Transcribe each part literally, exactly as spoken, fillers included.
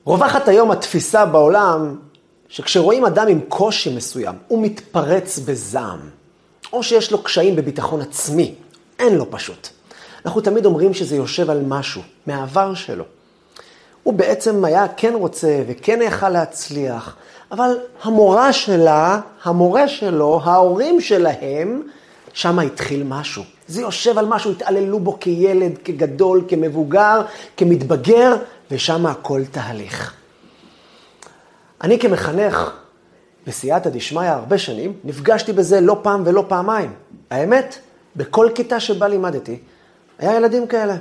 רווחת היום התפיסה בעולם שכשרואים אדם עם קושי מסוים, הוא מתפרץ בזעם, או שיש לו קשיים בביטחון עצמי, אין לו פשוט. אנחנו תמיד אומרים שזה יושב על משהו, מהעבר שלו. הוא בעצם היה כן רוצה וכן יכל להצליח, אבל המורה שלה, המורה שלו, ההורים שלהם, שם התחיל משהו. זה יושב על משהו, התעללו בו כילד, כגדול, כמבוגר, כמתבגר, ושם הכל תהליך. אני כמחנך בסייעתא דשמיא הרבה שנים, נפגשתי בזה לא פעם ולא פעמיים. האמת, בכל כיתה שבה לימדתי, היה ילדים כאלה.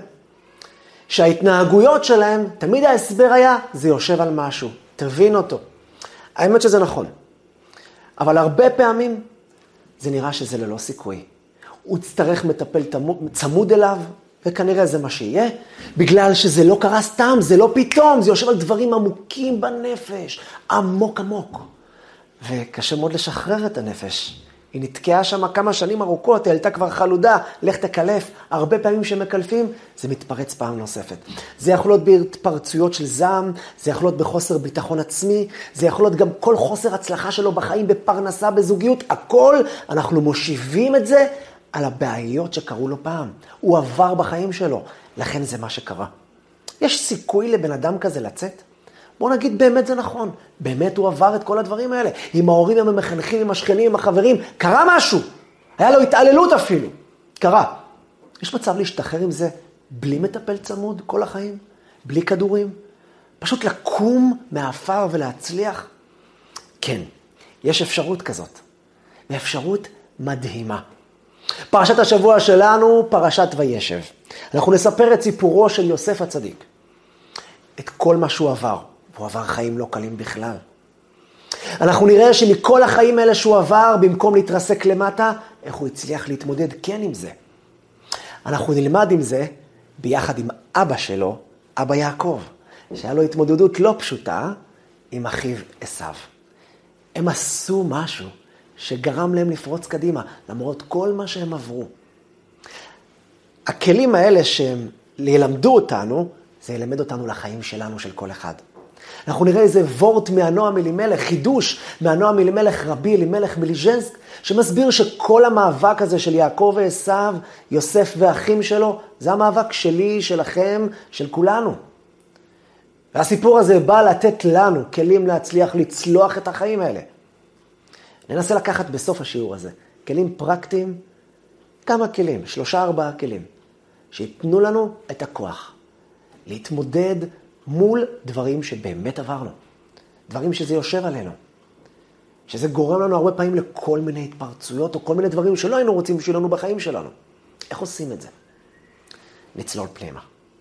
שההתנהגויות שלהם, תמיד ההסבר היה, זה יושב על משהו. תבין אותו. האמת שזה נכון. אבל הרבה פעמים זה נראה שזה ללא סיכוי. הוא יצטרך מטפל צמוד אליו, וכנראה זה מה שיהיה, בגלל שזה לא קרה סתם, זה לא פתאום, זה יושב על דברים עמוקים בנפש, עמוק עמוק. וקשה מאוד לשחרר את הנפש. היא נתקעה שם כמה שנים ארוכות, היא עלתה כבר חלודה, לך תקלף. הרבה פעמים שמקלפים, זה מתפרץ פעם נוספת. זה יכול להיות בהתפרצויות של זעם, זה יכול להיות בחוסר ביטחון עצמי, זה יכול להיות גם כל חוסר הצלחה שלו בחיים, בפרנסה, בזוגיות, הכל, אנחנו מושיבים את זה על הבעיות שקרו לו פעם. הוא עבר בחיים שלו, לכן זה מה שקרה. יש סיכוי לבן אדם כזה לצאת? בוא נגיד באמת זה נכון, באמת הוא עבר את כל הדברים האלה. עם ההורים, עם המחנכים, עם השכנים, עם החברים, קרה משהו. היה לו התעללות אפילו. קרה. יש מצב להשתחרר עם זה בלי מטפל צמוד כל החיים? בלי כדורים? פשוט לקום מהעפר ולהצליח? כן, יש אפשרות כזאת. ואפשרות מדהימה. פרשת השבוע שלנו, פרשת וישב. אנחנו נספר את סיפורו של יוסף הצדיק. את כל מה שהוא עבר. והוא עבר חיים לא קלים בכלל. אנחנו נראה שמכל החיים האלה שהוא עבר, במקום להתרסק למטה, איך הוא הצליח להתמודד כן עם זה. אנחנו נלמד עם זה ביחד עם אבא שלו, אבא יעקב, שהיה לו התמודדות לא פשוטה עם אחיו עשיו. הם עשו משהו שגרם להם לפרוץ קדימה, למרות כל מה שהם עברו. הכלים האלה שהם ילמדו אותנו, זה ילמד אותנו לחיים שלנו, של כל אחד. אנחנו נראה איזה וורט מהנועם אלימלך, חידוש מהנועם אלימלך, רבי אלימלך מליז'נסק, שמסביר שכל המאבק הזה של יעקב ועשיו, יוסף והאחים שלו, זה המאבק שלי, שלכם, של כולנו. והסיפור הזה בא לתת לנו כלים להצליח לצלוח את החיים האלה. ננסה לקחת בסוף השיעור הזה, כלים פרקטיים, כמה כלים, שלושה ארבעה כלים, שיתנו לנו את הכוח. להתמודד מול דברים שבאמת עברנו. דברים שזה יושב עלינו. שזה גורם לנו הרבה פעמים לכל מיני התפרצויות, או כל מיני דברים שלא היינו רוצים שלנו בחיים שלנו. איך עושים את זה? נצלול פנימה.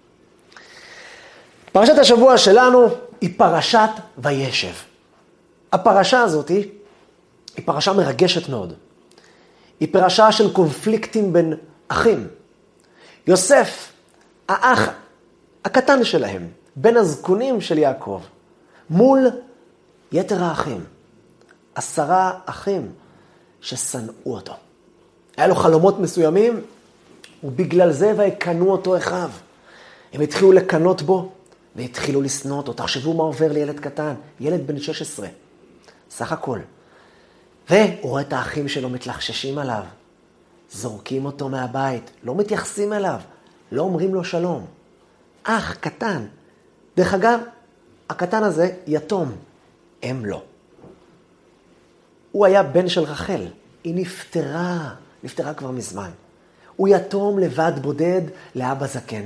פרשת השבוע שלנו היא פרשת וישב. הפרשה הזאת היא, היא פרשה מרגשת מאוד. היא פרשה של קונפליקטים בין אחים. יוסף, האח הקטן שלהם, בין הזקונים של יעקב, מול יתר האחים, עשרה אחים ששנאו אותו. היה לו חלומות מסוימים, ובגלל זה ויקנו אותו אחיו. הם התחילו לקנות בו, והתחילו לשנוא אותו. תחשבו מה עובר לילד קטן, ילד בן שש עשרה, סך הכל. והוא רואה את האחים שלו מתלחששים עליו, זורקים אותו מהבית, לא מתייחסים אליו, לא אומרים לו שלום. אח קטן. דרך אגב, הקטן הזה יתום, הם לא. הוא היה בן של רחל, היא נפטרה, נפטרה כבר מזמן. הוא יתום לבד בודד לאבא זקן.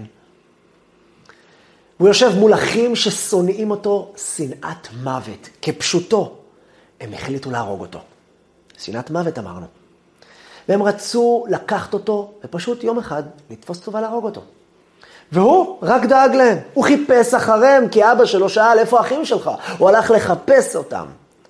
הוא יושב מול אחים ששונאים אותו שנאת מוות, כפשוטו. הם החליטו להרוג אותו. שנאת מוות אמרנו. והם רצו לקחת אותו, ופשוט יום אחד לתפוס אותו ולהרוג אותו. והוא רק דאג להם. הוא חיפש אחריהם, כי אבא שלו שאל, איפה האחים שלך? הוא הלך לחפש אותם.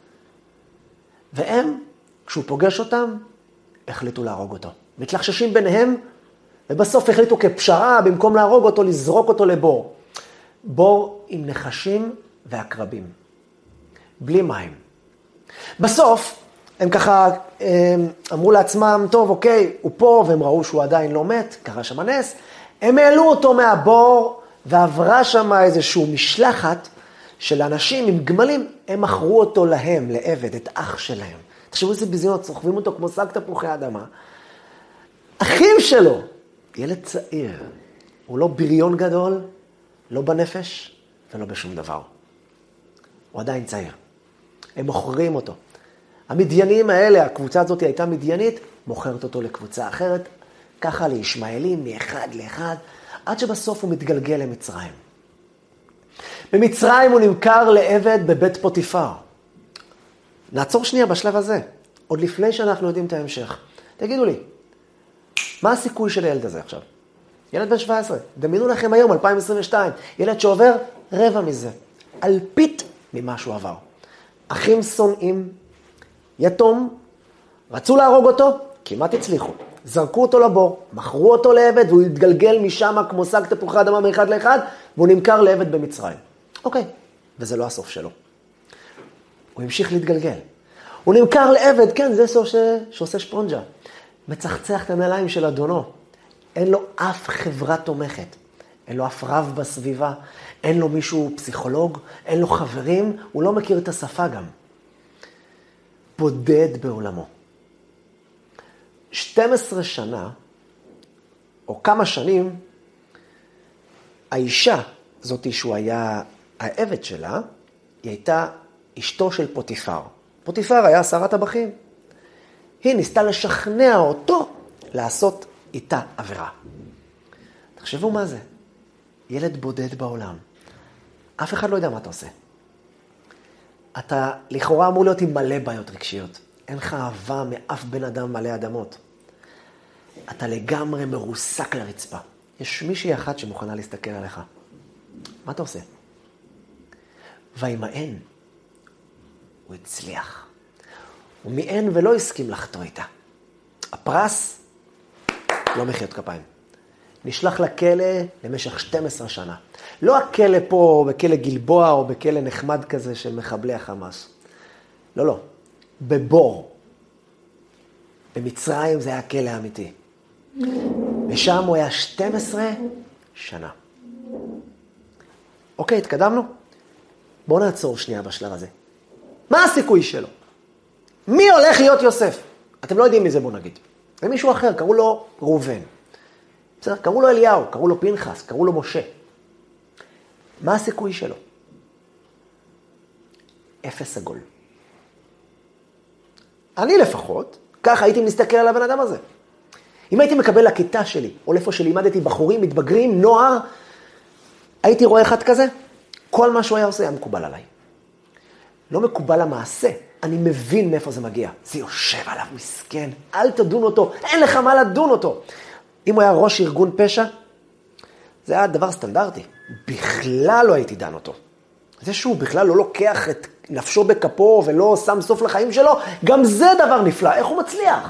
והם, כשהוא פוגש אותם, החליטו להרוג אותו. מתלחששים ביניהם, ובסוף החליטו כפשרה, במקום להרוג אותו, לזרוק אותו לבור. בור עם נחשים ועקרבים. בלי מים. בסוף, הם ככה הם אמרו לעצמם, טוב, אוקיי, הוא פה, והם ראו שהוא עדיין לא מת, קרה שם הנס. הם העלו אותו מהבור, ועברה שם איזשהו משלחת של אנשים עם גמלים, הם מכרו אותו להם, לעבד, את אח שלהם. תחשבו איזה ביזיונות, סוחבים אותו כמו שק תפוחי אדמה. אחים שלו, ילד צעיר, הוא לא בריון גדול, לא בנפש ולא בשום דבר. הוא עדיין צעיר. הם מוכרים אותו. המדיינים האלה, הקבוצה הזאת הייתה מדיינית, מוכרת אותו לקבוצה אחרת, ככה לישמעאלים, מאחד לאחד, עד שבסוף הוא מתגלגל למצרים. במצרים הוא נמכר לעבד בבית פוטיפר. נעצור שנייה בשלב הזה, עוד לפני שאנחנו יודעים את ההמשך. תגידו לי, מה הסיכוי של הילד הזה עכשיו? ילד בן שבע עשרה, דמיינו לכם היום, אלפיים עשרים ושתיים, ילד שעובר רבע מזה, אלפית ממה שהוא עבר. אחים שונאים, יתום, רצו להרוג אותו, כמעט הצליחו. זרקו אותו לבור, מכרו אותו לעבד, והוא התגלגל משם כמו שק תפוחי אדמה מאחד לאחד, והוא נמכר לעבד במצרים. אוקיי, וזה לא הסוף שלו. הוא המשיך להתגלגל. הוא נמכר לעבד, כן, זה שעושה, שעושה שפונג'ה. מצחצח את הנעליים של אדונו. אין לו אף חברה תומכת. אין לו אף רב בסביבה. אין לו מישהו פסיכולוג. אין לו חברים. הוא לא מכיר את השפה גם. בודד בעולמו. שתים עשרה שנה, או כמה שנים, האישה, זאת שהוא היה העבד שלה, היא הייתה אשתו של פוטיפר. פוטיפר היה שר הטבחים. היא ניסתה לשכנע אותו לעשות איתה עבירה. תחשבו מה זה. ילד בודד בעולם. אף אחד לא יודע מה אתה עושה. אתה לכאורה אמור להיות עם מלא בעיות רגשיות. אין לך אהבה מאף בן אדם מלא אדמות. אתה לגמרי מרוסק לרצפה. יש מישהי אחת שמוכנה להסתכל עליך. מה אתה עושה? וימאן. הוא הצליח. הוא מיען ולא הסכים לחתור איתה. הפרס, לא מחיאות כפיים. נשלח לכלא למשך שתים עשרה שנה. לא הכלא פה בכלא גלבוע או בכלא נחמד כזה של מחבלי החמאס. לא, לא. בבור. במצרים זה היה הכלא האמיתי. ושם הוא היה שתים עשרה שנה. אוקיי, התקדמנו? בואו נעצור שנייה בשלב הזה. מה הסיכוי שלו? מי הולך להיות יוסף? אתם לא יודעים מי זה, בוא נגיד. זה מישהו אחר, קראו לו ראובן. בסדר? קראו לו אליהו, קראו לו פנחס, קראו לו משה. מה הסיכוי שלו? אפס עגול. אני לפחות, ככה הייתי מסתכל על הבן אדם הזה. אם הייתי מקבל לכיתה שלי, או לאיפה שלימדתי בחורים, מתבגרים, נוער, הייתי רואה אחד כזה, כל מה שהוא היה עושה היה מקובל עליי. לא מקובל המעשה, אני מבין מאיפה זה מגיע. זה יושב עליו מסכן, אל תדון אותו, אין לך מה לדון אותו. אם הוא היה ראש ארגון פשע, זה היה דבר סטנדרטי. בכלל לא הייתי דן אותו. זה שהוא בכלל לא לוקח את נפשו בכפו ולא שם סוף לחיים שלו, גם זה דבר נפלא. איך הוא מצליח?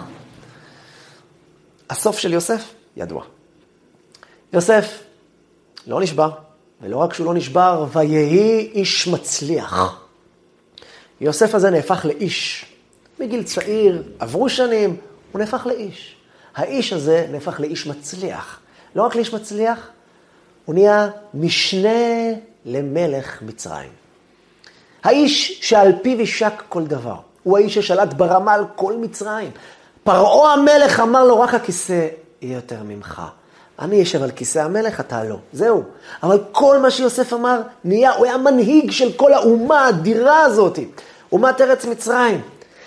הסוף של יוסף ידוע. יוסף לא נשבר, ולא רק שהוא לא נשבר, ויהי איש מצליח. יוסף הזה נהפך לאיש. מגיל צעיר, עברו שנים, הוא נהפך לאיש. האיש הזה נהפך לאיש מצליח. לא רק לאיש מצליח, הוא נהיה משנה למלך מצרים. האיש שעל פיו ישק כל דבר. הוא האיש ששלט ברמה על כל מצרים. פרעה המלך אמר לו, רק הכיסא יהיה יותר ממך. אני ישב על כיסא המלך, אתה לא. זהו. אבל כל מה שיוסף אמר, נהיה, הוא היה מנהיג של כל האומה האדירה הזאת. אומת ארץ מצרים.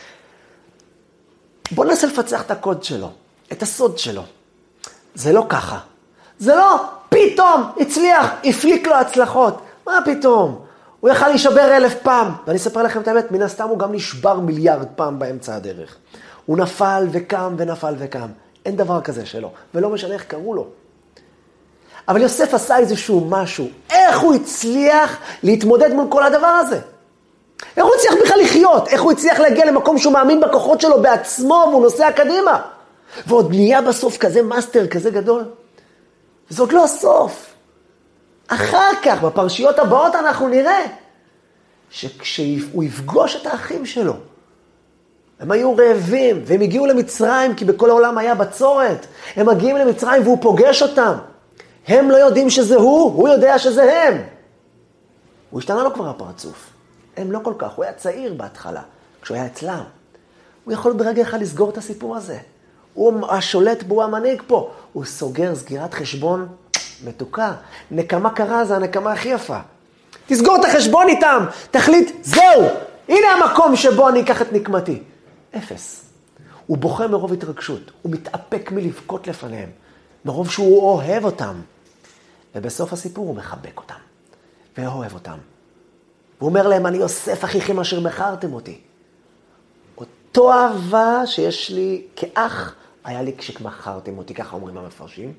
בוא ננסה לפצח את הקוד שלו, את הסוד שלו. זה לא ככה. זה לא, פתאום הצליח, הפליק לו הצלחות. מה פתאום? הוא יכל להישבר אלף פעם. ואני אספר לכם את האמת, מן הסתם הוא גם נשבר מיליארד פעם באמצע הדרך. הוא נפל וקם ונפל וקם. אין דבר כזה שלו, ולא משנה איך קראו לו. אבל יוסף עשה איזשהו משהו. איך הוא הצליח להתמודד מול כל הדבר הזה? איך הוא הצליח בכלל לחיות? איך הוא הצליח להגיע למקום שהוא מאמין בכוחות שלו בעצמו, והוא נוסע קדימה? ועוד נהיה בסוף כזה מאסטר, כזה גדול. וזה עוד לא הסוף. אחר כך, בפרשיות הבאות אנחנו נראה, שכשהוא יפגוש את האחים שלו, הם היו רעבים, והם הגיעו למצרים, כי בכל העולם היה בצורת. הם מגיעים למצרים והוא פוגש אותם. הם לא יודעים שזה הוא, הוא יודע שזה הם. הוא השתנה לו כבר הפרצוף. הם לא כל כך, הוא היה צעיר בהתחלה, כשהוא היה אצלם. הוא יכול ברגע אחד לסגור את הסיפור הזה. הוא השולט בו, הוא המנהיג פה. הוא סוגר סגירת חשבון מתוקה. נקמה קרה, זה הנקמה הכי יפה. תסגור את החשבון איתם, תחליט, זהו, הנה המקום שבו אני אקח את נקמתי. אפס. הוא בוכה מרוב התרגשות, הוא מתאפק מלבכות לפניהם, מרוב שהוא אוהב אותם. ובסוף הסיפור הוא מחבק אותם, ואוהב אותם. הוא אומר להם, אני יוסף אחיכם אשר מכרתם אותי. אותו אהבה שיש לי כאח, היה לי כשמכרתם אותי, ככה אומרים המפרשים.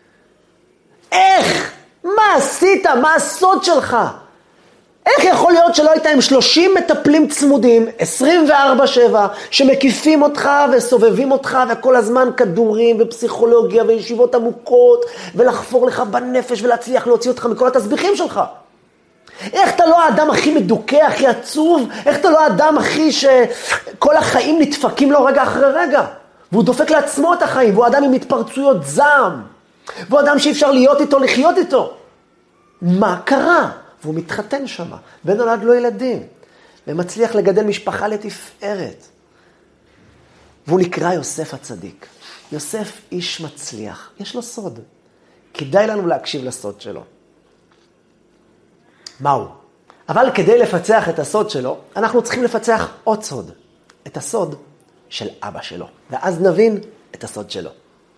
איך? מה עשית? מה הסוד שלך? איך יכול להיות שלא היית עם שלושים מטפלים צמודים, עשרים וארבע שבע, שמקיפים אותך וסובבים אותך, וכל הזמן כדורים ופסיכולוגיה וישיבות עמוקות, ולחפור לך בנפש ולהצליח להוציא אותך מכל התסביכים שלך? איך אתה לא האדם הכי מדוכא, הכי עצוב? איך אתה לא האדם הכי שכל החיים נדפקים לו רגע אחרי רגע? והוא דופק לעצמו את החיים, והוא אדם עם התפרצויות זעם. והוא אדם שאי אפשר להיות איתו, לחיות איתו. מה קרה? והוא מתחתן שם, ונולד לו ילדים, ומצליח לגדל משפחה לתפארת. והוא נקרא יוסף הצדיק. יוסף איש מצליח, יש לו סוד. כדאי לנו להקשיב לסוד שלו. מהו? אבל כדי לפצח את הסוד שלו, אנחנו צריכים לפצח עוד סוד. את הסוד של אבא שלו. ואז נבין את הסוד שלו.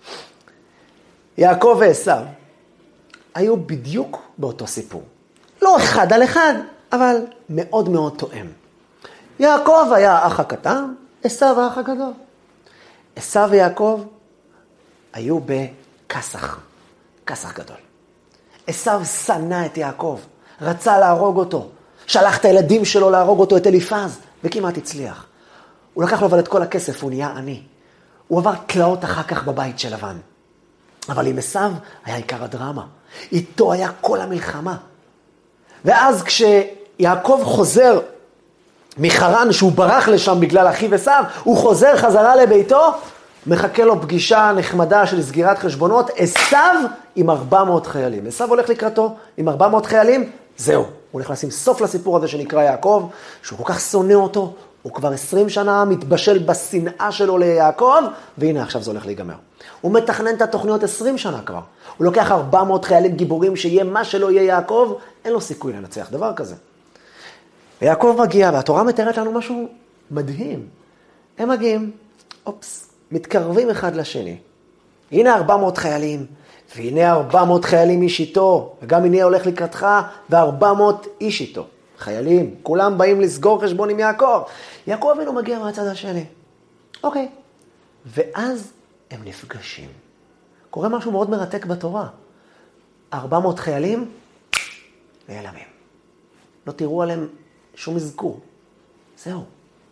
יעקב ועשיו היו בדיוק באותו סיפור. לא אחד על אחד, אבל מאוד מאוד תואם. יעקב היה האח הקטן, עשיו האח הגדול. עשיו ויעקב היו בכסח, כסח גדול. עשיו שנא את יעקב, רצה להרוג אותו, שלח את הילדים שלו להרוג אותו, את אליפז, וכמעט הצליח. הוא לקח לו אבל את כל הכסף, הוא נהיה עני. הוא עבר תלאות אחר כך בבית של לבן. אבל עם עשיו היה עיקר הדרמה. איתו היה כל המלחמה. ואז כשיעקב חוזר מחרן, שהוא ברח לשם בגלל אחיו עשיו, הוא חוזר חזרה לביתו, מחכה לו פגישה נחמדה של סגירת חשבונות, עשיו עם ארבע מאות חיילים. עשיו הולך לקראתו עם ארבע מאות חיילים, זהו. הוא הולך לשים סוף לסיפור הזה שנקרא יעקב, שהוא כל כך שונא אותו, הוא כבר עשרים שנה מתבשל בשנאה שלו ליעקב, והנה עכשיו זה הולך להיגמר. הוא מתכנן את התוכניות עשרים שנה כבר. הוא לוקח ארבע מאות חיילים גיבורים שיהיה מה שלא יהיה יעקב, אין לו סיכוי לנצח דבר כזה. ויעקב מגיע, והתורה מתארת לנו משהו מדהים. הם מגיעים, אופס, מתקרבים אחד לשני. הנה ארבע מאות חיילים, והנה ארבע מאות חיילים איש איתו, וגם הנה הולך לקראתך, ו-ארבע מאות איש איתו. חיילים, כולם באים לסגור חשבון עם יעקב. יעקב אבינו מגיע מהצד השני. אוקיי. ואז הם נפגשים. קורה משהו מאוד מרתק בתורה. ארבע מאות חיילים נעלמים. לא תראו עליהם שום אזכור. זהו.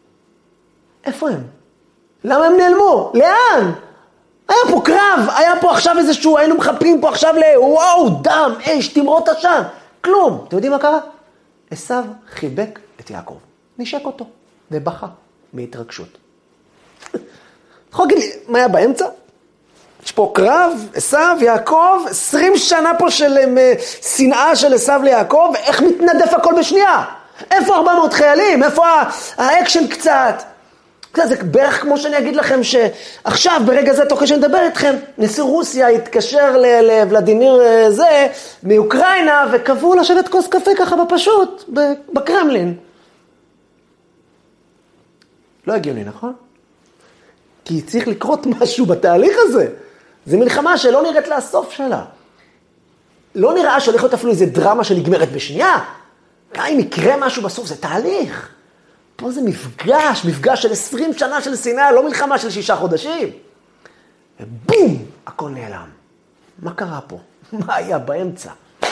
איפה הם? למה הם נעלמו? לאן? היה פה קרב, היה פה עכשיו איזשהו, היינו מחפים פה עכשיו לוואו, דם, אש, תמרות עשן. כלום. אתם יודעים מה קרה? עשיו חיבק את יעקב. נשק אותו ובכה מהתרגשות. אתה יכול להגיד לי, מה היה באמצע? יש פה קרב, עשיו, יעקב, עשרים שנה פה של שנאה של עשיו ליעקב, איך מתנדף הכל בשנייה? איפה ארבע מאות חיילים? איפה האקשן קצת? זה בערך כמו שאני אגיד לכם שעכשיו, ברגע זה, תוך שאני מדבר איתכם, נשיא רוסיה התקשר לוולדימיר זה, מאוקראינה, וקבעו לשבת כוס קפה ככה בפשוט, בקרמלין. לא הגיוני, נכון? כי צריך לקרות משהו בתהליך הזה. זה מלחמה שלא נראית לה הסוף שלה. לא נראה שהולך להיות אפילו איזה דרמה שנגמרת בשנייה. גם אם יקרה משהו בסוף, זה תהליך. פה זה מפגש, מפגש של עשרים שנה של שנאה, לא מלחמה של שישה חודשים. ובום, הכל נעלם. מה קרה פה? מה היה באמצע?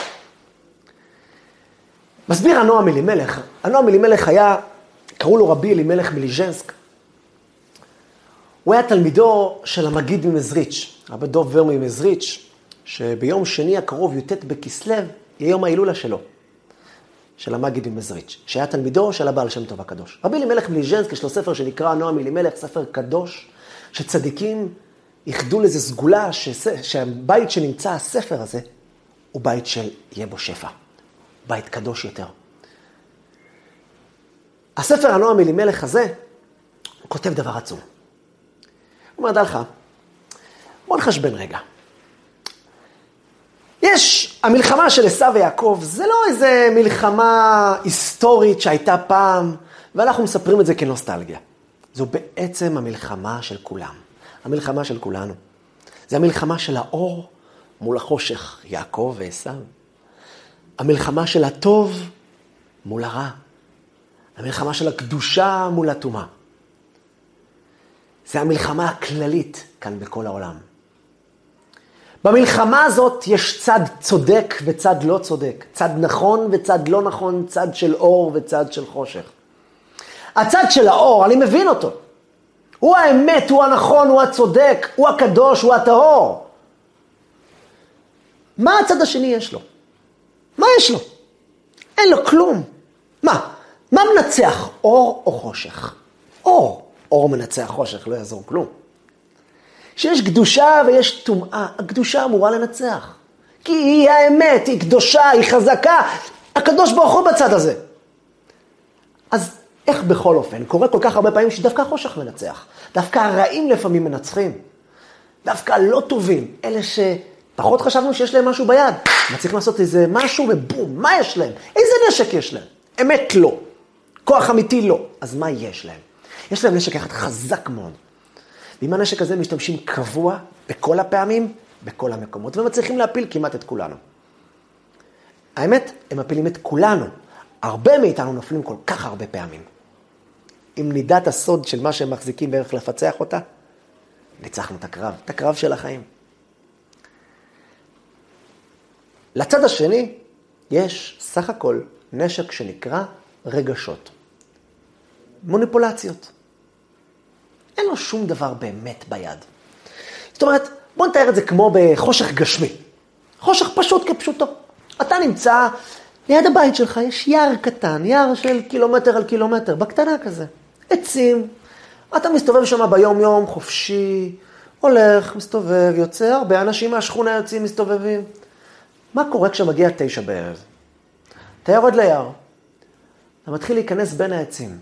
מסביר הנועם אלימלך. הנועם אלימלך היה, קראו לו רבי אלימלך מליז'נסק. הוא היה תלמידו של המגיד ממזריץ', רבי דוב ורמי ממזריץ', שביום שני הקרוב י"ט בכסלו, יהיה יום ההילולה שלו. של המגיד ממזריץ', שהיה תלמידו של הבעל שם טוב הקדוש. רבי אלימלך מליז'נסק, יש לו ספר שנקרא נועם אלימלך, ספר קדוש, שצדיקים ייחדו לזה סגולה, שהבית שנמצא הספר הזה, הוא בית של יהיה בו שפע, בית קדוש יותר. הספר הנועם אלימלך הזה, הוא כותב דבר עצום. הוא אומר, דע לך, בוא נחשבן רגע. יש, המלחמה של עשיו ויעקב, זה לא איזה מלחמה היסטורית שהייתה פעם, ואנחנו מספרים את זה כנוסטלגיה. זו בעצם המלחמה של כולם. המלחמה של כולנו. זה המלחמה של האור מול החושך, יעקב ועשיו. המלחמה של הטוב מול הרע. המלחמה של הקדושה מול הטומאה. זה המלחמה הכללית כאן בכל העולם. במלחמה הזאת יש צד צודק וצד לא צודק. צד נכון וצד לא נכון, צד של אור וצד של חושך. הצד של האור, אני מבין אותו. הוא האמת, הוא הנכון, הוא הצודק, הוא הקדוש, הוא הטהור. מה הצד השני יש לו? מה יש לו? אין לו כלום. מה? מה מנצח? אור או חושך? אור. אור מנצח חושך, לא יעזור כלום. שיש קדושה ויש טומאה, הקדושה אמורה לנצח. כי היא האמת, היא קדושה, היא חזקה. הקדוש ברוך הוא בצד הזה. אז איך בכל אופן? קורה כל כך הרבה פעמים שדווקא החושך מנצח. דווקא הרעים לפעמים מנצחים. דווקא לא טובים. אלה שפחות חשבנו שיש להם משהו ביד. מצליחים לעשות איזה משהו ובום, מה יש להם? איזה נשק יש להם? אמת לא. כוח אמיתי לא. אז מה יש להם? יש להם נשק אחד חזק מאוד. ועם הנשק הזה משתמשים קבוע בכל הפעמים, בכל המקומות, ומצליחים להפיל כמעט את כולנו. האמת, הם מפילים את כולנו. הרבה מאיתנו נופלים כל כך הרבה פעמים. אם נידת הסוד של מה שהם מחזיקים בערך לפצח אותה, ניצחנו את הקרב, את הקרב של החיים. לצד השני, יש סך הכל נשק שנקרא רגשות. מוניפולציות. אין לו שום דבר באמת ביד. זאת אומרת, בוא נתאר את זה כמו בחושך גשמי. חושך פשוט כפשוטו. אתה נמצא ליד הבית שלך, יש יער קטן, יער של קילומטר על קילומטר, בקטנה כזה. עצים. אתה מסתובב שם ביום יום, חופשי, הולך, מסתובב, יוצא, הרבה אנשים מהשכונה יוצאים, מסתובבים. מה קורה כשמגיע תשע בערב? אתה יורד ליער. אתה מתחיל להיכנס בין העצים.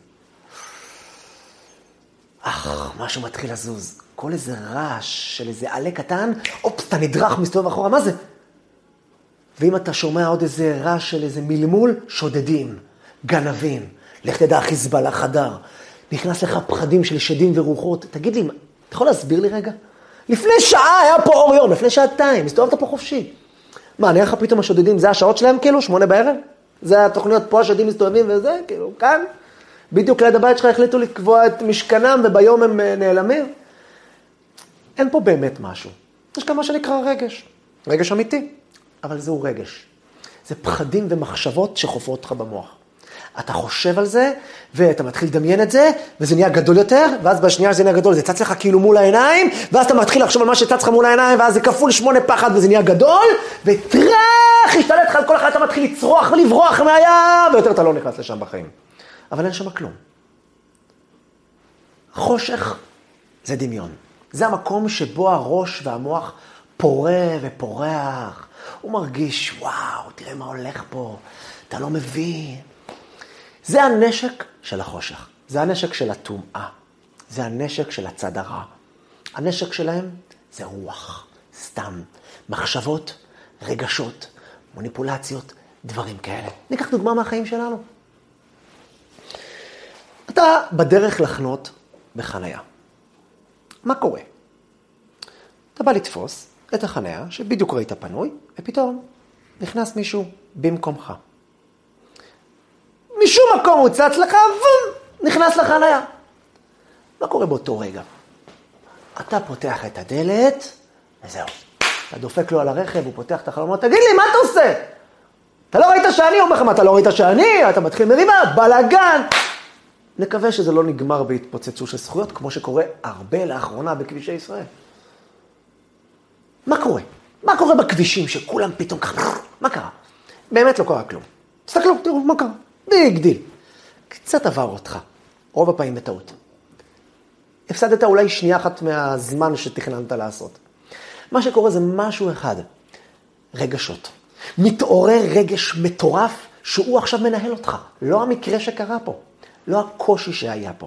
אך, משהו מתחיל לזוז. כל איזה רעש של איזה עלה קטן, אופס, אתה נדרך, מסתובב אחורה, מה זה? ואם אתה שומע עוד איזה רעש של איזה מלמול, שודדים, גנבים, לך תדע חיזבאללה חדר, נכנס לך פחדים של שדים ורוחות. תגיד לי, אתה יכול להסביר לי רגע? לפני שעה היה פה אור יום, לפני שעתיים, מסתובבת פה חופשי. מה, נראה לך פתאום השודדים, זה השעות שלהם כאילו, שמונה בערב? זה התוכניות פה השודדים מסתובבים וזה, כאילו, כאן? בדיוק ליד הבית שלך החליטו לקבוע את משכנם וביום הם נעלמים. אין פה באמת משהו. יש גם מה שנקרא רגש. רגש אמיתי, אבל זהו רגש. זה פחדים ומחשבות שחופרות אותך במוח. אתה חושב על זה, ואתה מתחיל לדמיין את זה, וזה נהיה גדול יותר, ואז בשנייה זה נהיה גדול, זה צץ לך כאילו מול העיניים, ואז אתה מתחיל לחשוב על מה שצץ לך מול העיניים, ואז זה כפול שמונה פחד, וזה נהיה גדול, וטרח, השתלט לך על כל אחד, אתה מתחיל לצרוח ולברוח מהים, ויותר אתה לא נכנס לשם בחיים. אבל אין שם כלום. חושך זה דמיון. זה המקום שבו הראש והמוח פורה ופורח. הוא מרגיש, וואו, תראה מה הולך פה. אתה לא מבין. זה הנשק של החושך. זה הנשק של הטומאה. זה הנשק של הצד הרע. הנשק שלהם זה רוח, סתם, מחשבות, רגשות, מוניפולציות, דברים כאלה. ניקח דוגמה מהחיים שלנו. אתה בדרך לחנות בחניה. מה קורה? אתה בא לתפוס את החניה שבדיוק ראית פנוי, ופתאום נכנס מישהו במקומך. משום מקום הוא צץ לך, וום, נכנס לחניה. מה קורה באותו רגע? אתה פותח את הדלת, וזהו. אתה דופק לו על הרכב, הוא פותח את החלומות, תגיד לי, מה אתה עושה? אתה לא ראית שאני? אומר לכם, אתה לא ראית שאני? אתה מתחיל מריבה, בלגן. נקווה שזה לא נגמר בהתפוצצות של זכויות, כמו שקורה הרבה לאחרונה בכבישי ישראל. מה קורה? מה קורה בכבישים שכולם פתאום ככה? מה קרה? באמת לא קרה כלום. תסתכלו, תראו, מה קרה? ביג דיל. קצת עבר אותך, רוב הפעמים בטעות. הפסדת אולי שנייה אחת מהזמן שתכננת לעשות. מה שקורה זה משהו אחד, רגשות. מתעורר רגש מטורף שהוא עכשיו מנהל אותך. לא המקרה שקרה פה. לא הקושי שהיה פה.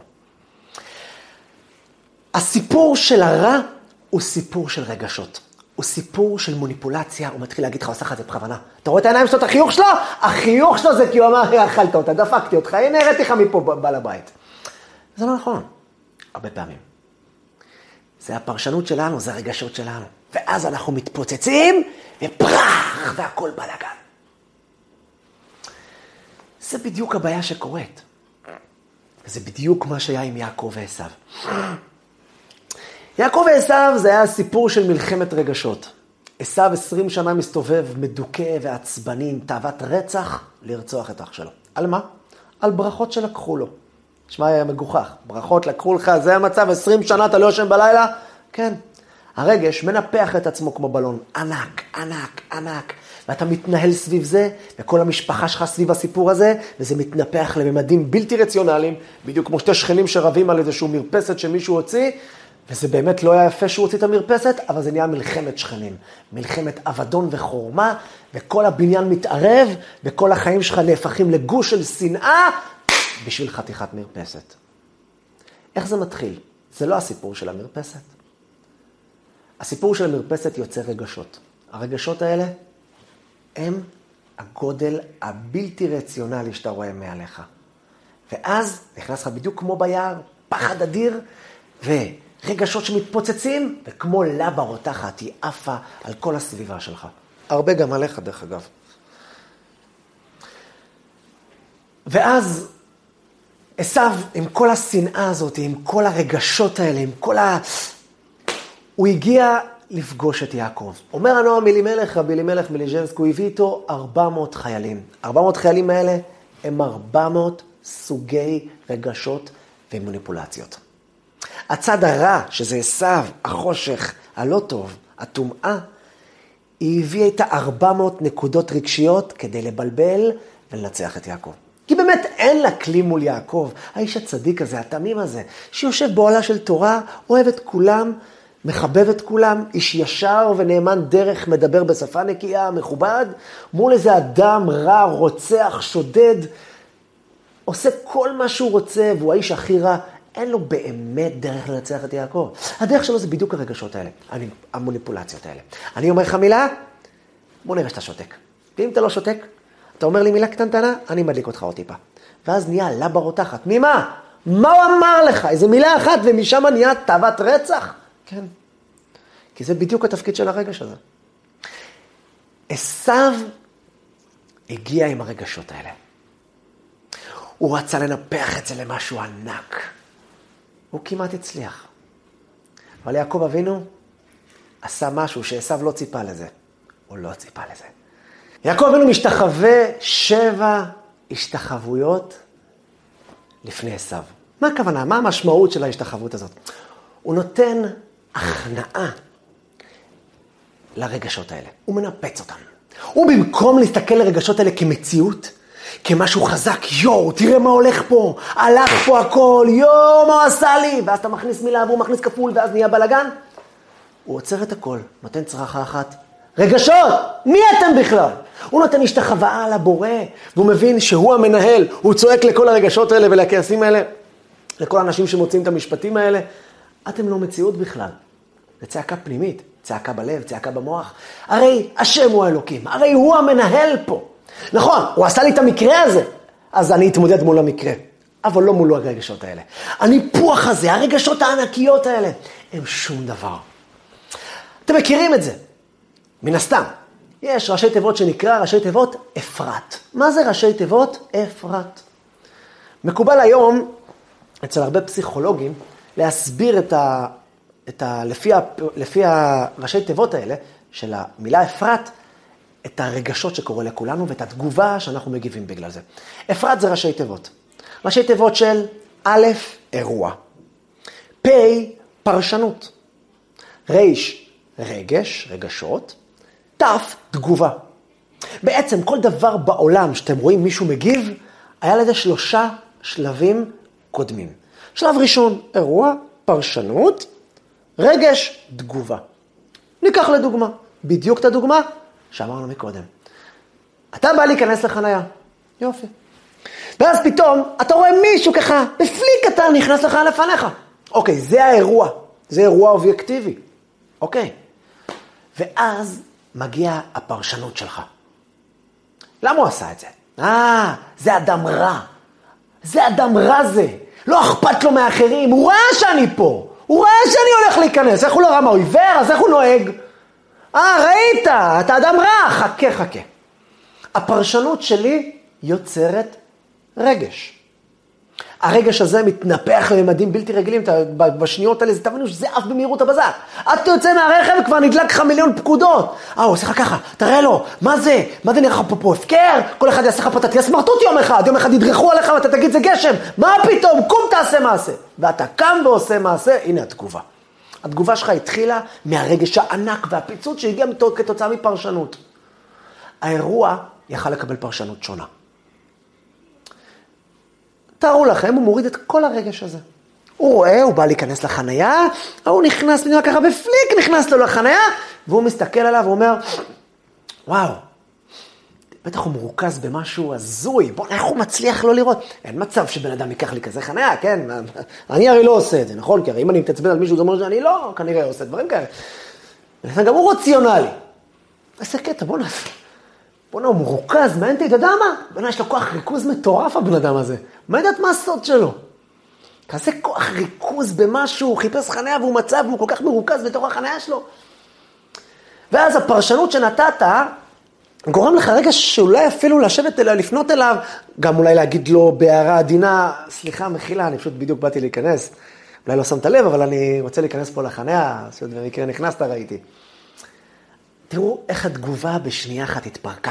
הסיפור של הרע הוא סיפור של רגשות. הוא סיפור של מוניפולציה, הוא מתחיל להגיד לך, עושה לך את זה בכוונה. אתה רואה את העיניים שלו, את החיוך שלו? החיוך שלו זה כי הוא אמר, אכלת אותה, דפקתי אותך, הנה הראיתי לך מפה בעל הבית. זה לא נכון, הרבה פעמים. זה הפרשנות שלנו, זה הרגשות שלנו. ואז אנחנו מתפוצצים, ופרח, והכל בלגן. זה בדיוק הבעיה שקורית. זה בדיוק מה שהיה עם יעקב ועשיו. יעקב ועשיו זה היה סיפור של מלחמת רגשות. עשיו עשרים שנה מסתובב מדוכא ועצבני עם תאוות רצח לרצוח את אח שלו. על מה? על ברכות שלקחו לו. שמע, היה מגוחך. ברכות לקחו לך, זה המצב, עשרים שנה אתה לא יושן בלילה? כן. הרגש מנפח את עצמו כמו בלון. ענק, ענק, ענק. ואתה מתנהל סביב זה, וכל המשפחה שלך סביב הסיפור הזה, וזה מתנפח לממדים בלתי רציונליים, בדיוק כמו שתי שכנים שרבים על איזשהו מרפסת שמישהו הוציא, וזה באמת לא היה יפה שהוא הוציא את המרפסת, אבל זה נהיה מלחמת שכנים. מלחמת אבדון וחורמה, וכל הבניין מתערב, וכל החיים שלך נהפכים לגוש של שנאה, בשביל חתיכת מרפסת. איך זה מתחיל? זה לא הסיפור של המרפסת. הסיפור של המרפסת יוצר רגשות. הרגשות האלה הם הגודל הבלתי רציונלי שאתה רואה מעליך. ואז נכנס לך בדיוק כמו ביער, פחד אדיר, ורגשות שמתפוצצים, וכמו לבה רותחת, היא עפה על כל הסביבה שלך. הרבה גם עליך, דרך אגב. ואז עשיו, עם כל השנאה הזאת, עם כל הרגשות האלה, עם כל ה... הוא הגיע לפגוש את יעקב. אומר הנועם אלימלך, רבי אלימלך מליז'נסק, הוא הביא איתו ארבע מאות חיילים. ארבע מאות חיילים האלה הם ארבע מאות סוגי רגשות ומניפולציות. הצד הרע, שזה עשיו, החושך, הלא טוב, הטומאה, היא הביאה איתה ארבע מאות נקודות רגשיות כדי לבלבל ולנצח את יעקב. כי באמת אין לה כלי מול יעקב, האיש הצדיק הזה, התמים הזה, שיושב בעולה של תורה, אוהב את כולם, מחבב את כולם, איש ישר ונאמן דרך, מדבר בשפה נקייה, מכובד, מול איזה אדם רע, רוצח, שודד, עושה כל מה שהוא רוצה, והוא האיש הכי רע, אין לו באמת דרך לנצח את יעקב. הדרך שלו זה בדיוק הרגשות האלה, המוניפולציות האלה. אני אומר לך מילה, בוא נראה שאתה שותק. ואם אתה לא שותק, אתה אומר לי מילה קטנטנה, אני מדליק אותך עוד טיפה. ואז נהיה לבה רותחת. ממה? מה הוא אמר לך? איזה מילה אחת ומשם נהיה תאוות רצח? כן. כי זה בדיוק התפקיד של הרגש הזה. עשיו הגיע עם הרגשות האלה. הוא רצה לנפח את זה למשהו ענק. הוא כמעט הצליח. אבל יעקב אבינו עשה משהו שעשיו לא ציפה לזה. הוא לא ציפה לזה. יעקב אבינו משתחווה שבע השתחוויות לפני עשיו. מה הכוונה? מה המשמעות של ההשתחוות הזאת? הוא נותן הכנעה לרגשות האלה. הוא מנפץ אותם. הוא במקום להסתכל לרגשות האלה כמציאות, כמשהו חזק, יו, תראה מה הולך פה, הלך פה הכל, יו, מה הוא עשה לי? ואז אתה מכניס מילה והוא מכניס כפול ואז נהיה בלגן. הוא עוצר את הכל, נותן צרחה אחת. רגשות, מי אתם בכלל? הוא נותן השתחוואה על הבורא, והוא מבין שהוא המנהל, הוא צועק לכל הרגשות האלה ולכעסים האלה, לכל האנשים שמוצאים את המשפטים האלה, אתם לא מציאות בכלל. זה צעקה פנימית, צעקה בלב, צעקה במוח. הרי השם הוא האלוקים, הרי הוא המנהל פה. נכון, הוא עשה לי את המקרה הזה, אז אני אתמודד מול המקרה, אבל לא מולו הרגשות האלה. הניפוח הזה, הרגשות הענקיות האלה, הם שום דבר. אתם מכירים את זה? מן הסתם, יש ראשי תיבות שנקרא ראשי תיבות אפרת. מה זה ראשי תיבות? אפרת. מקובל היום, אצל הרבה פסיכולוגים, להסביר את ה... את ה... לפי, ה... לפי הראשי תיבות האלה, של המילה אפרת, את הרגשות שקורה לכולנו, ואת התגובה שאנחנו מגיבים בגלל זה. אפרת זה ראשי תיבות. ראשי תיבות של א', אירוע. פ', פרשנות. ר', רגש, רגשות. ת', תגובה. בעצם כל דבר בעולם שאתם רואים מישהו מגיב, היה לזה שלושה שלבים קודמים. שלב ראשון, אירוע, פרשנות, רגש, תגובה. ניקח לדוגמה, בדיוק את הדוגמה שאמרנו מקודם. אתה בא להיכנס לחניה. יופי. ואז פתאום אתה רואה מישהו ככה, בפליק קטן נכנס לך לפניך. אוקיי, זה האירוע. זה אירוע אובייקטיבי. אוקיי. ואז מגיעה הפרשנות שלך. למה הוא עשה את זה? אה, זה אדם רע. זה אדם רע זה. לא אכפת לו מאחרים. הוא ראה שאני פה. הוא ראה שאני הולך להיכנס. איך הוא לא ראה מה? הוא עיוור? אז איך הוא נוהג? אה, ראית, אתה אדם רע. חכה, חכה. הפרשנות שלי יוצרת רגש. הרגש הזה מתנפח לממדים בלתי רגילים, בשניות האלה, זה תבינו שזה אף במהירות הבזק. אתה יוצא מהרכב וכבר נדלק לך מיליון פקודות. אה, הוא עושה לך ככה, תראה לו, מה זה? מה זה נראה לך פה פה הפקר? כל אחד יעשה לך פה, אתה תהיה סמרטוט יום אחד, יום אחד ידרכו עליך ואתה תגיד זה גשם. מה פתאום? קום תעשה מעשה. ואתה קם ועושה מעשה, הנה התגובה. התגובה שלך התחילה מהרגש הענק והפיצוץ שהגיע כתוצאה מפרשנות. האירוע יכל לקבל פרשנות שונה. תארו לכם, הוא מוריד את כל הרגש הזה. הוא רואה, הוא בא להיכנס לחנייה, הוא נכנס, נראה ככה בפליק, נכנס לו לחנייה, והוא מסתכל עליו ואומר, וואו, בטח הוא מרוכז במשהו הזוי, בוא, איך הוא מצליח לא לראות? אין מצב שבן אדם ייקח לי כזה חנייה, כן? אני הרי לא עושה את זה, נכון? כי הרי אם אני מתעצבן על מישהו, זה אומר שאני לא, כנראה עושה דברים כאלה. גם הוא רציונלי. איזה קטע, בוא נעשה. בוא'נה, הוא מרוכז, מעניין אותי, אתה יודע מה? בוא'נה, יש לו כוח ריכוז מטורף, הבן אדם הזה. מה יודעת מה הסוד שלו? כזה כוח ריכוז במשהו, הוא חיפש חניה והוא מצב, והוא כל כך מרוכז בתוך החניה שלו. ואז הפרשנות שנתת, גורם לך רגע שאולי אפילו לשבת אליו, לפנות אליו, גם אולי להגיד לו בהערה עדינה, סליחה, מחילה, אני פשוט בדיוק באתי להיכנס. אולי לא שמת לב, אבל אני רוצה להיכנס פה לחניה, שעוד במקרה נכנסת, ראיתי. תראו איך התגובה בשנייה אחת התפרקה.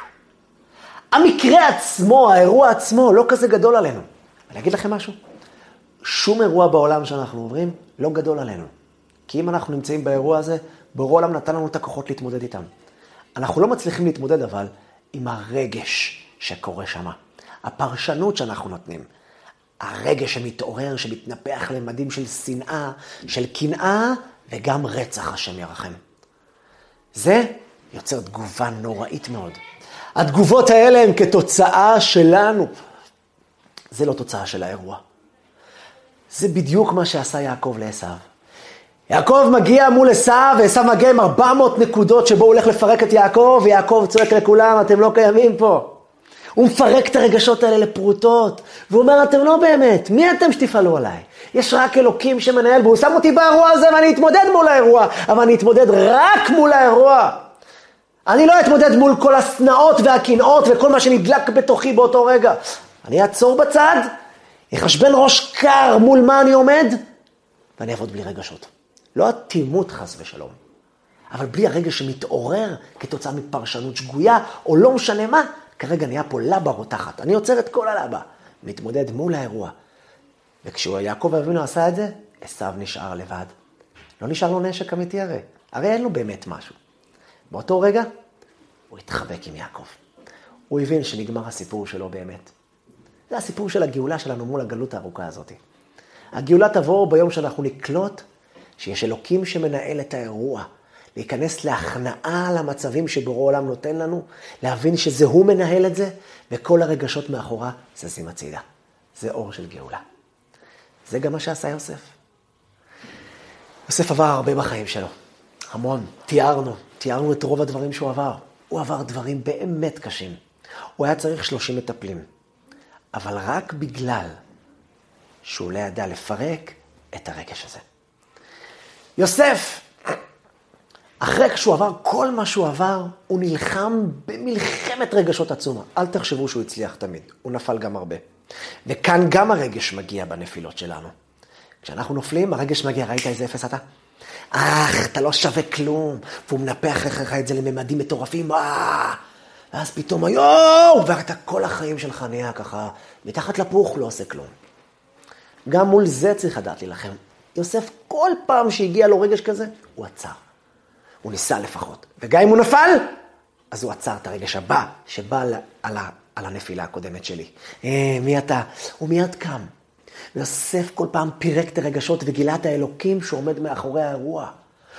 המקרה עצמו, האירוע עצמו, לא כזה גדול עלינו. אני אגיד לכם משהו. שום אירוע בעולם שאנחנו עוברים לא גדול עלינו. כי אם אנחנו נמצאים באירוע הזה, בורא עולם נתן לנו את הכוחות להתמודד איתם. אנחנו לא מצליחים להתמודד אבל עם הרגש שקורה שם. הפרשנות שאנחנו נותנים. הרגש שמתעורר, שמתנפח לממדים של שנאה, של קנאה וגם רצח, השם ירחם. זה יוצר תגובה נוראית מאוד. התגובות האלה הן כתוצאה שלנו. זה לא תוצאה של האירוע. זה בדיוק מה שעשה יעקב לעשו. יעקב מגיע מול עשו, ועשו מגיע עם ארבע מאות נקודות שבו הוא הולך לפרק את יעקב, ויעקב צועק לכולם, אתם לא קיימים פה. הוא מפרק את הרגשות האלה לפרוטות, והוא אומר, אתם לא באמת, מי אתם שתפעלו עליי? יש רק אלוקים שמנהל, והוא שם אותי באירוע הזה, ואני אתמודד מול האירוע, אבל אני אתמודד רק מול האירוע. אני לא אתמודד מול כל הסנאות והקנאות, וכל מה שנדלק בתוכי באותו רגע. אני אעצור בצד, יחשבן ראש קר מול מה אני עומד, ואני אעבוד בלי רגשות. לא אטימות חס ושלום, אבל בלי הרגש שמתעורר כתוצאה מפרשנות שגויה, או לא משנה מה, כרגע נהיה פה לבה רותחת. אני עוצר את כל הלבה, מתמודד מול האירוע. וכשהוא יעקב אבינו עשה את זה, עשו נשאר לבד. לא נשאר לו נשק אמיתי הרי. הרי אין לו באמת משהו. באותו רגע, הוא התחבק עם יעקב. הוא הבין שנגמר הסיפור שלו באמת. זה הסיפור של הגאולה שלנו מול הגלות הארוכה הזאת. הגאולה תבוא ביום שאנחנו נקלוט שיש אלוקים שמנהל את האירוע, להיכנס להכנעה למצבים שבורא עולם נותן לנו, להבין שזה הוא מנהל את זה, וכל הרגשות מאחורה זזים הצידה. זה אור של גאולה. זה גם מה שעשה יוסף. יוסף עבר הרבה בחיים שלו. המון. תיארנו. תיארנו את רוב הדברים שהוא עבר. הוא עבר דברים באמת קשים. הוא היה צריך שלושים מטפלים. אבל רק בגלל שהוא לא ידע לפרק את הרגש הזה. יוסף, אחרי שהוא עבר כל מה שהוא עבר, הוא נלחם במלחמת רגשות עצומה. אל תחשבו שהוא הצליח תמיד, הוא נפל גם הרבה. וכאן גם הרגש מגיע בנפילות שלנו. כשאנחנו נופלים, הרגש מגיע, ראית איזה אפס אתה? אך, אתה לא שווה כלום. והוא מנפח לך את זה לממדים מטורפים, אה! ואז פתאום, יואו! ואתה כל החיים שלך נהיה ככה, מתחת לפוך לא עושה כלום. גם מול זה צריך לדעת להילחם. יוסף, כל פעם שהגיע לו רגש כזה, הוא עצר. הוא ניסה לפחות. וגם אם הוא נפל, אז הוא עצר את הרגש הבא, שבא על, ה, על הנפילה הקודמת שלי. אה, מי אתה? הוא מיד קם. ויוסף כל פעם פירק את הרגשות וגילה את האלוקים שעומד מאחורי האירוע.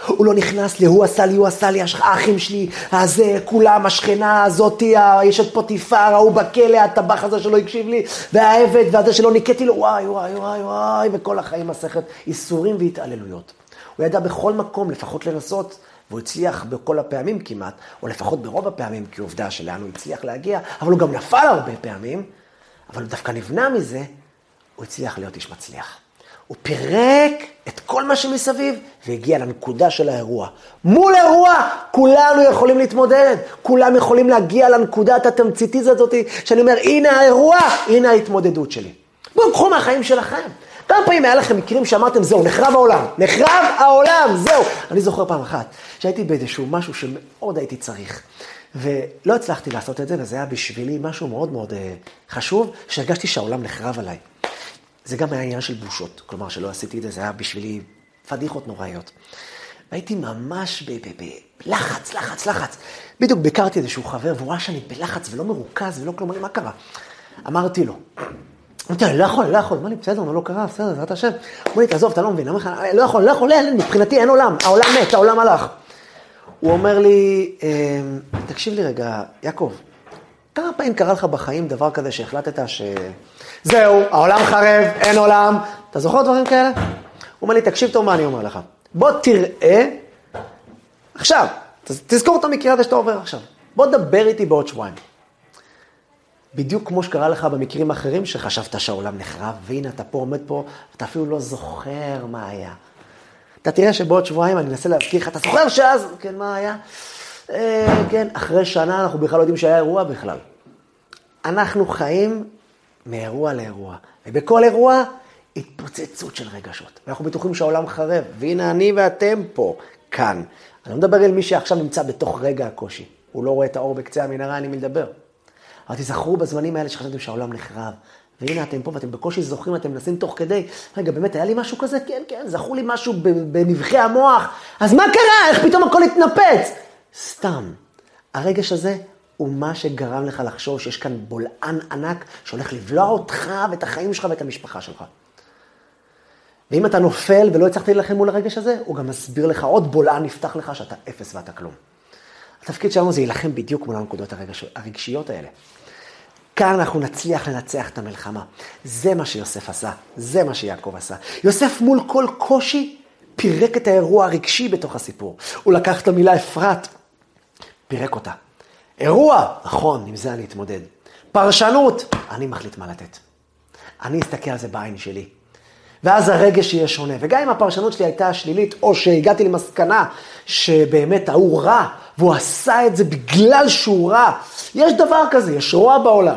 הוא לא נכנס להוא עשה לי, הוא עשה לי, האחים שלי, הזה, כולם, השכנה הזאתי, יש את פוטיפר, ההוא בכלא, הטבח הזה שלא הקשיב לי, והעבד, והזה שלא ניקטי לו, וואי, וואי, וואי, וואי, וכל החיים מסכת, איסורים והתעללויות. הוא ידע בכל מקום לפחות לנסות, והוא הצליח בכל הפעמים כמעט, או לפחות ברוב הפעמים, כי עובדה שלאן הוא הצליח להגיע, אבל הוא גם נפל הרבה פעמים, אבל הוא דווקא נבנה מזה, הוא הצליח להיות איש מצליח. הוא פירק את כל מה שמסביב, והגיע לנקודה של האירוע. מול אירוע, כולנו יכולים להתמודד, כולם יכולים להגיע לנקודת התמציתית הזאת, שאני אומר, הנה האירוע, הנה ההתמודדות שלי. בואו, קחו מהחיים שלכם. כמה פעמים היה לכם מקרים שאמרתם, זהו, נחרב העולם, נחרב העולם, זהו. אני זוכר פעם אחת, שהייתי באיזשהו משהו שמאוד הייתי צריך, ולא הצלחתי לעשות את זה, וזה היה בשבילי משהו מאוד מאוד חשוב, שהרגשתי שהעולם נחרב עליי. זה גם היה עניין של בושות, כלומר שלא עשיתי את זה, זה היה בשבילי פדיחות נוראיות. והייתי ממש בלחץ, לחץ, לחץ. בדיוק ביקרתי איזשהו חבר, והוא ראה שאני בלחץ ולא מרוכז ולא כלומר, מה קרה? אמרתי לו, אמרתי, אני לא יכול, אני לא יכול, מה לי, בסדר, מה לא קרה, בסדר, זאת השם. אמר לי, תעזוב, אתה לא מבין, אני לא יכול, לא יכול, מבחינתי אין עולם, העולם מת, העולם הלך. הוא אומר לי, תקשיב לי רגע, יעקב, כמה פעמים קרה לך בחיים דבר כזה שהחלטת ש... זהו, העולם חרב, אין עולם. אתה זוכר דברים כאלה? הוא אומר לי, תקשיב טוב מה אני אומר לך. בוא תראה, עכשיו, תזכור את המקרה הזה שאתה עובר עכשיו. בוא דבר איתי בעוד שבועיים. בדיוק כמו שקרה לך במקרים אחרים, שחשבת שהעולם נחרב, והנה אתה פה עומד פה, אתה אפילו לא זוכר מה היה. אתה תראה שבעוד שבועיים אני אנסה להזכיר לך, אתה זוכר שאז, כן, מה היה? אה, כן, אחרי שנה אנחנו בכלל לא יודעים שהיה אירוע בכלל. אנחנו חיים מאירוע לאירוע, ובכל אירוע התפוצצות של רגשות. ואנחנו בטוחים שהעולם חרב, והנה אני ואתם פה, כאן. אני לא מדבר על מי שעכשיו נמצא בתוך רגע הקושי. הוא לא רואה את האור בקצה המנהרה, אני מלדבר. אבל תזכרו בזמנים האלה שחשבתם שהעולם נחרב. והנה אתם פה ואתם בקושי זוכרים, אתם מנסים תוך כדי. רגע, באמת, היה לי משהו כזה? כן, כן, זכו לי משהו בנבחי המוח. אז מה קרה? איך פתאום הכל התנפץ? סתם. הרגש הזה הוא מה שגרם לך לחשוב שיש כאן בולען ענק שהולך לבלוע אותך ואת החיים שלך ואת המשפחה שלך. ואם אתה נופל ולא הצלחת להילחם מול הרגש הזה, הוא גם מסביר לך, עוד בולען נפתח לך שאתה אפס ואתה כלום. התפקיד שלנו זה להילחם בדיוק מול הנקודות הרגשיות האלה. כאן אנחנו נצליח לנצח את המלחמה. זה מה שיוסף עשה, זה מה שיעקב עשה. יוסף מול כל קושי פירק את האירוע הרגשי בתוך הסיפור. הוא לקח את המילה אפרת, פירק אותה. אירוע, נכון, עם זה אני אתמודד. פרשנות, אני מחליט מה לתת. אני אסתכל על זה בעין שלי. ואז הרגש יהיה שונה. וגם אם הפרשנות שלי הייתה שלילית, או שהגעתי למסקנה שבאמת הוא רע, והוא עשה את זה בגלל שהוא רע. יש דבר כזה, יש רוע בעולם.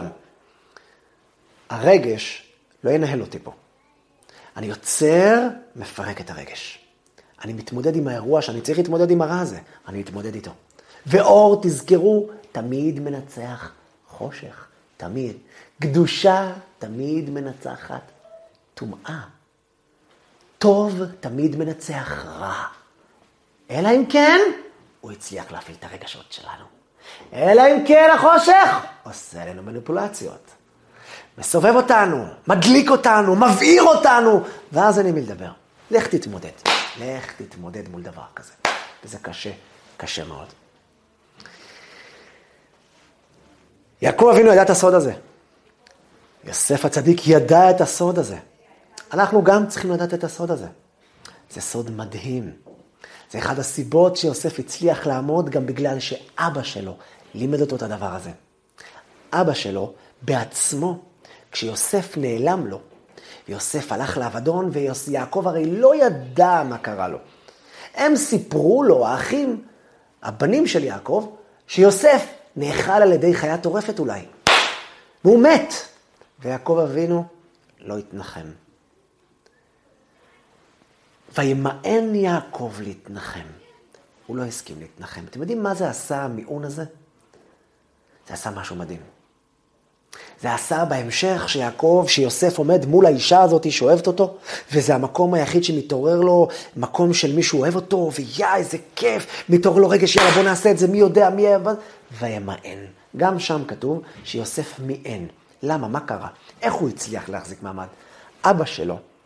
הרגש לא ינהל אותי פה. אני יוצר, מפרק את הרגש. אני מתמודד עם האירוע שאני צריך להתמודד עם הרע הזה. אני מתמודד איתו. ואור, תזכרו, תמיד מנצח חושך. תמיד. קדושה תמיד מנצחת טומאה. טוב תמיד מנצח רע. אלא אם כן, הוא הצליח להפעיל את הרגשות שלנו. אלא אם כן החושך עושה לנו מניפולציות. מסובב אותנו, מדליק אותנו, מבעיר אותנו, ואז אני מלדבר. לך תתמודד. לך תתמודד מול דבר כזה. וזה קשה, קשה מאוד. יעקב אבינו ידע את הסוד הזה. יוסף הצדיק ידע את הסוד הזה. אנחנו גם צריכים לדעת את הסוד הזה. זה סוד מדהים. זה אחד הסיבות שיוסף הצליח לעמוד גם בגלל שאבא שלו לימד אותו את הדבר הזה. אבא שלו בעצמו, כשיוסף נעלם לו, ויוסף הלך לאבדון, ויעקב הרי לא ידע מה קרה לו. הם סיפרו לו, האחים, הבנים של יעקב, שיוסף נאכל על ידי חיה טורפת אולי. והוא מת. ויעקב אבינו לא התנחם. וימאן יעקב להתנחם. הוא לא הסכים להתנחם. אתם יודעים מה זה עשה המיעון הזה? זה עשה משהו מדהים. זה עשה בהמשך שיעקב, שיוסף עומד מול האישה הזאת שאוהבת אותו, וזה המקום היחיד שמתעורר לו, מקום של מישהו אוהב אותו, ויה, איזה כיף, מתעורר לו רגש, יאללה, בוא נעשה את זה, מי יודע, מי אוהב, וימאן. גם שם כתוב שיוסף מיען. למה? מה קרה? איך הוא הצליח להחזיק מעמד? אבא שלו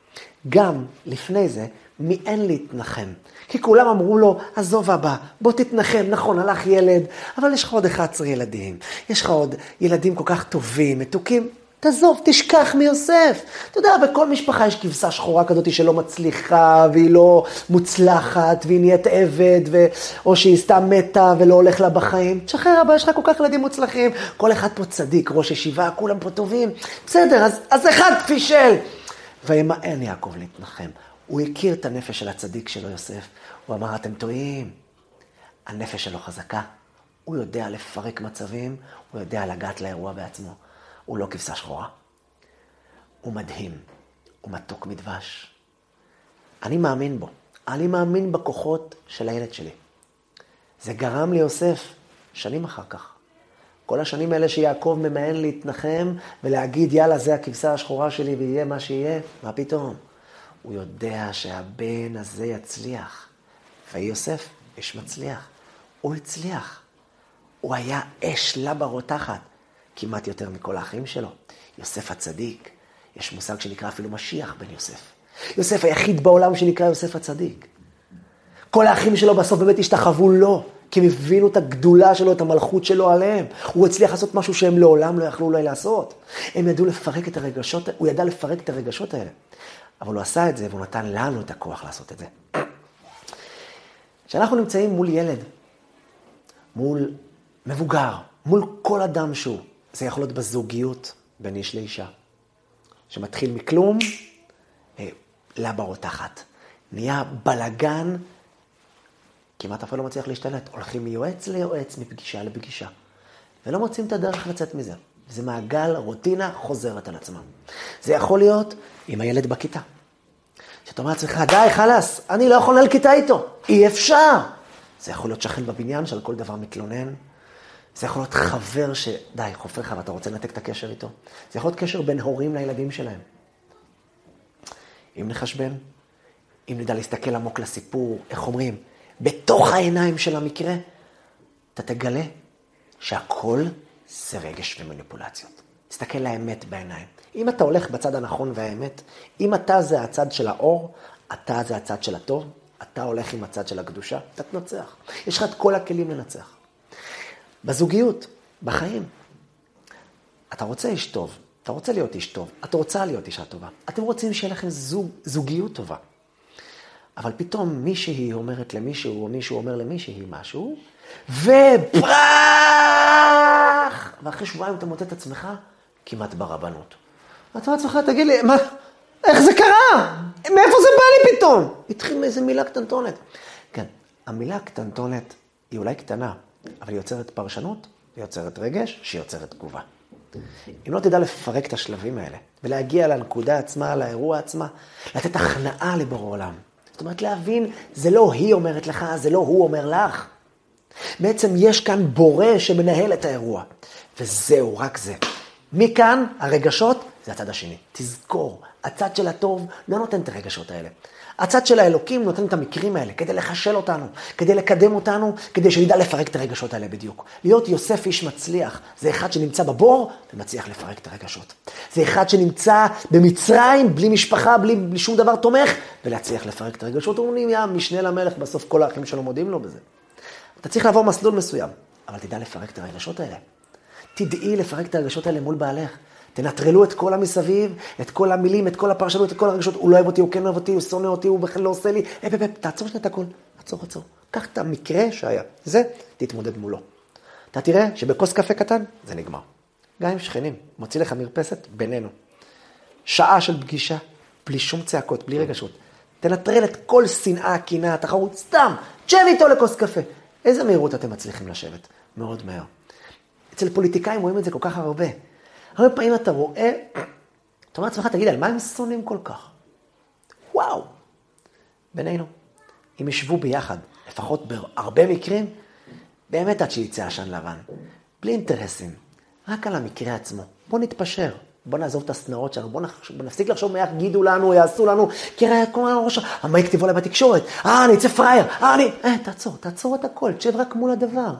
גם לפני זה, מי אין להתנחם. כי כולם אמרו לו, עזוב אבא, בוא תתנחם, נכון, הלך ילד, אבל יש לך עוד אחד עשר ילדים, יש לך עוד ילדים כל כך טובים, מתוקים, תעזוב, תשכח מיוסף. אתה יודע, בכל משפחה יש כבשה שחורה כזאת שלא מצליחה, והיא לא מוצלחת, והיא נהיית עבד, ו... או שהיא סתם מתה ולא הולך לה בחיים. תשחרר אבא, יש לך כל כך ילדים מוצלחים, כל אחד פה צדיק, ראש ישיבה, כולם פה טובים. בסדר, אז, אז אחד פישל. וימאן יעקב להתנחם. הוא הכיר את הנפש של הצדיק שלו יוסף. הוא אמר, אתם טועים. הנפש שלו חזקה. הוא יודע לפרק מצבים, הוא יודע לגעת לאירוע בעצמו. הוא לא כבשה שחורה. הוא מדהים. הוא מתוק מדבש. אני מאמין בו. אני מאמין בכוחות של הילד שלי. זה גרם ליוסף שנים אחר כך. כל השנים האלה שיעקב ממאן להתנחם ולהגיד, יאללה, זה הכבשה השחורה שלי ויהיה מה שיהיה. מה פתאום? הוא יודע שהבן הזה יצליח. ויוסף, איש מצליח. הוא הצליח. הוא היה אש לה ברותחת. כמעט יותר מכל האחים שלו. יוסף הצדיק. יש מושג שנקרא אפילו משיח בן יוסף. יוסף היחיד בעולם שנקרא יוסף הצדיק. כל האחים שלו בסוף באמת השתחוו לו. כי הם הבינו את הגדולה שלו, את המלכות שלו עליהם. הוא הצליח לעשות משהו שהם לעולם לא יכלו אולי לעשות. הם ידעו לפרק את הרגשות, הוא ידע לפרק את הרגשות האלה. אבל הוא עשה את זה, והוא נתן לנו את הכוח לעשות את זה. כשאנחנו נמצאים מול ילד, מול מבוגר, מול כל אדם שהוא, זה יכול להיות בזוגיות בין איש לאישה. שמתחיל מכלום, לברות תחת. נהיה בלגן, כמעט אף לא מצליח להשתלט. הולכים מיועץ ליועץ, מפגישה לפגישה. ולא מוצאים את הדרך לצאת מזה. זה מעגל, רוטינה, חוזרת על עצמה. זה יכול להיות עם הילד בכיתה. שאתה אומר לעצמך, די, חלס, אני לא יכול לנהל כיתה איתו. אי אפשר. זה יכול להיות שכן בבניין שעל כל דבר מתלונן. זה יכול להיות חבר שדי, חופר לך ואתה רוצה לנתק את הקשר איתו. זה יכול להיות קשר בין הורים לילדים שלהם. אם נחשבן, אם נדע להסתכל עמוק לסיפור, איך אומרים, בתוך העיניים של המקרה, אתה תגלה שהכל זה רגש ומניפולציות. תסתכל לאמת בעיניים. אם אתה הולך בצד הנכון והאמת, אם אתה זה הצד של האור, אתה זה הצד של הטוב, אתה הולך עם הצד של הקדושה, אתה תנצח. יש לך את כל הכלים לנצח. בזוגיות, בחיים. אתה רוצה איש טוב, אתה רוצה להיות איש טוב, אתה רוצה להיות אישה טובה. אתם רוצים שיהיה לכם זוג, זוגיות טובה. אבל פתאום מישהי אומרת למישהו, או מישהו אומר למישהי משהו, וברח! ואחרי שבועיים אתה מוצא את עצמך כמעט ברבנות. אתה עצמך, תגיד לי, מה, איך זה קרה? מאיפה זה בא לי פתאום? התחיל מאיזה מילה קטנטונת. כן, המילה קטנטונת היא אולי קטנה, אבל היא יוצרת פרשנות, היא יוצרת רגש, שהיא יוצרת תגובה. אם לא תדע לפרק את השלבים האלה, ולהגיע לנקודה עצמה, לאירוע עצמה, לתת הכנעה לבורא עולם. זאת אומרת, להבין, זה לא היא אומרת לך, זה לא הוא אומר לך. בעצם יש כאן בורא שמנהל את האירוע. וזהו, רק זה. מכאן, הרגשות, זה הצד השני. תזכור, הצד של הטוב לא נותן את הרגשות האלה. הצד של האלוקים נותן את המקרים האלה, כדי לחשל אותנו, כדי לקדם אותנו, כדי שנדע לפרק את הרגשות האלה בדיוק. להיות יוסף איש מצליח, זה אחד שנמצא בבור, ומצליח לפרק את הרגשות. זה אחד שנמצא במצרים, בלי משפחה, בלי, בלי שום דבר תומך, ולהצליח לפרק את הרגשות. הוא נהיה משנה למלך, בסוף כל האחים שלו מודים לו בזה. אתה צריך לעבור מסלול מסוים, אבל תדע לפרק את הרגשות האלה. תדעי לפרק את הרגשות האלה מול בעלך. תנטרלו את כל המסביב, את כל המילים, את כל הפרשנות, את כל הרגשות. הוא לא אוהב אותי, הוא כן אוהב אותי, הוא שונא אותי, הוא בכלל לא עושה לי. אפ, אפ, אפ, תעצור שנייה את הכל. עצור, עצור. קח את המקרה שהיה. זה, תתמודד מולו. אתה תראה שבכוס קפה קטן, זה נגמר. גם עם שכנים, מוציא לך מרפסת בינינו. שעה של פגישה, בלי שום צעקות, בלי רגשות. תנטרל את כל שנאה, קנאה, תחרות, סתם. תשב איתו לכוס קפה. איזה מהירות אתם מצליחים לשבת? מאוד מהר. אצל פוליטיקאים רואים את זה כל כך הרבה. הרבה פעמים אתה רואה, אתה אומר לעצמך, תגיד, על מה הם שונאים כל כך? וואו. בינינו, אם ישבו ביחד, לפחות בהרבה מקרים, באמת עד שיצא עשן לבן. בלי אינטרסים, רק על המקרה עצמו. בוא נתפשר, בוא נעזוב את הסנאות שלנו, בוא, נחש... בוא נפסיק לחשוב מה יגידו לנו, יעשו לנו, כי ראה כל הראש, מה יכתבו עליי בתקשורת? אה, אני אצא פרייר, אה, אני... אה, תעצור, תעצור את הכל, תשב רק מול הדבר.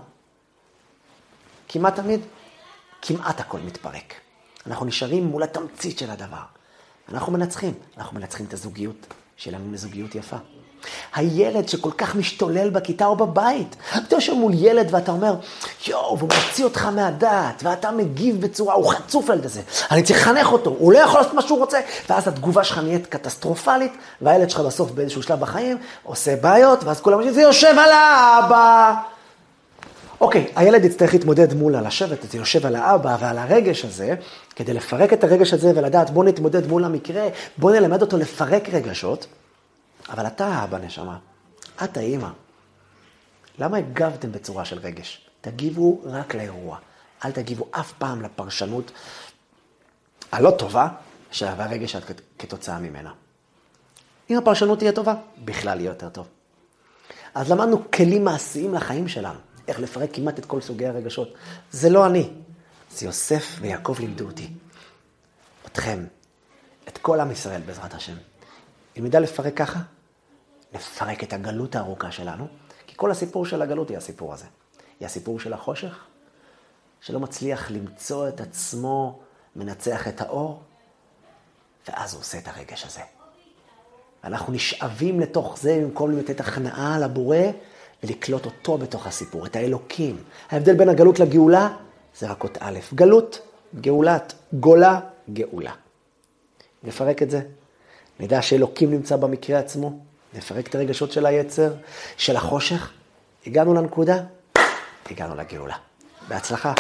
כמעט תמיד, כמעט הכל מתפרק. אנחנו נשארים מול התמצית של הדבר. אנחנו מנצחים. אנחנו מנצחים את הזוגיות, שלנו לזוגיות יפה. הילד שכל כך משתולל בכיתה או בבית. אתה יושב מול ילד ואתה אומר, יואו, והוא מוציא אותך מהדעת, ואתה מגיב בצורה, הוא חצוף על זה. אני צריך לחנך אותו, הוא לא יכול לעשות מה שהוא רוצה. ואז התגובה שלך נהיית קטסטרופלית, והילד שלך בסוף באיזשהו שלב בחיים, עושה בעיות, ואז כולם אומרים, זה יושב על האבא. אוקיי, הילד יצטרך להתמודד מול על השבט, זה יושב על האבא ועל הרגש הזה, כדי לפרק את הרגש הזה ולדעת, בוא נתמודד מול המקרה, בוא נלמד אותו לפרק רגשות. אבל אתה האבא נשמה, את האמא. למה הגבתם בצורה של רגש? תגיבו רק לאירוע. אל תגיבו אף פעם לפרשנות הלא טובה, שהווה רגש כתוצאה ממנה. אם הפרשנות תהיה טובה, בכלל יהיה יותר טוב. אז למדנו כלים מעשיים לחיים שלנו. איך לפרק כמעט את כל סוגי הרגשות. זה לא אני. זה יוסף ויעקב לימדו אותי. אתכם. את כל עם ישראל בעזרת השם. אם נדע לפרק ככה, נפרק את הגלות הארוכה שלנו, כי כל הסיפור של הגלות היא הסיפור הזה. היא הסיפור של החושך, שלא מצליח למצוא את עצמו, מנצח את האור, ואז הוא עושה את הרגש הזה. אנחנו נשאבים לתוך זה, במקום לתת הכנעה לבורא, ולקלוט אותו בתוך הסיפור, את האלוקים. ההבדל בין הגלות לגאולה, זה רק אות א'. גלות, גאולת, גולה, גאולה. נפרק את זה. נדע שאלוקים נמצא במקרה עצמו, נפרק את הרגשות של היצר, של החושך, הגענו לנקודה, הגענו לגאולה. בהצלחה.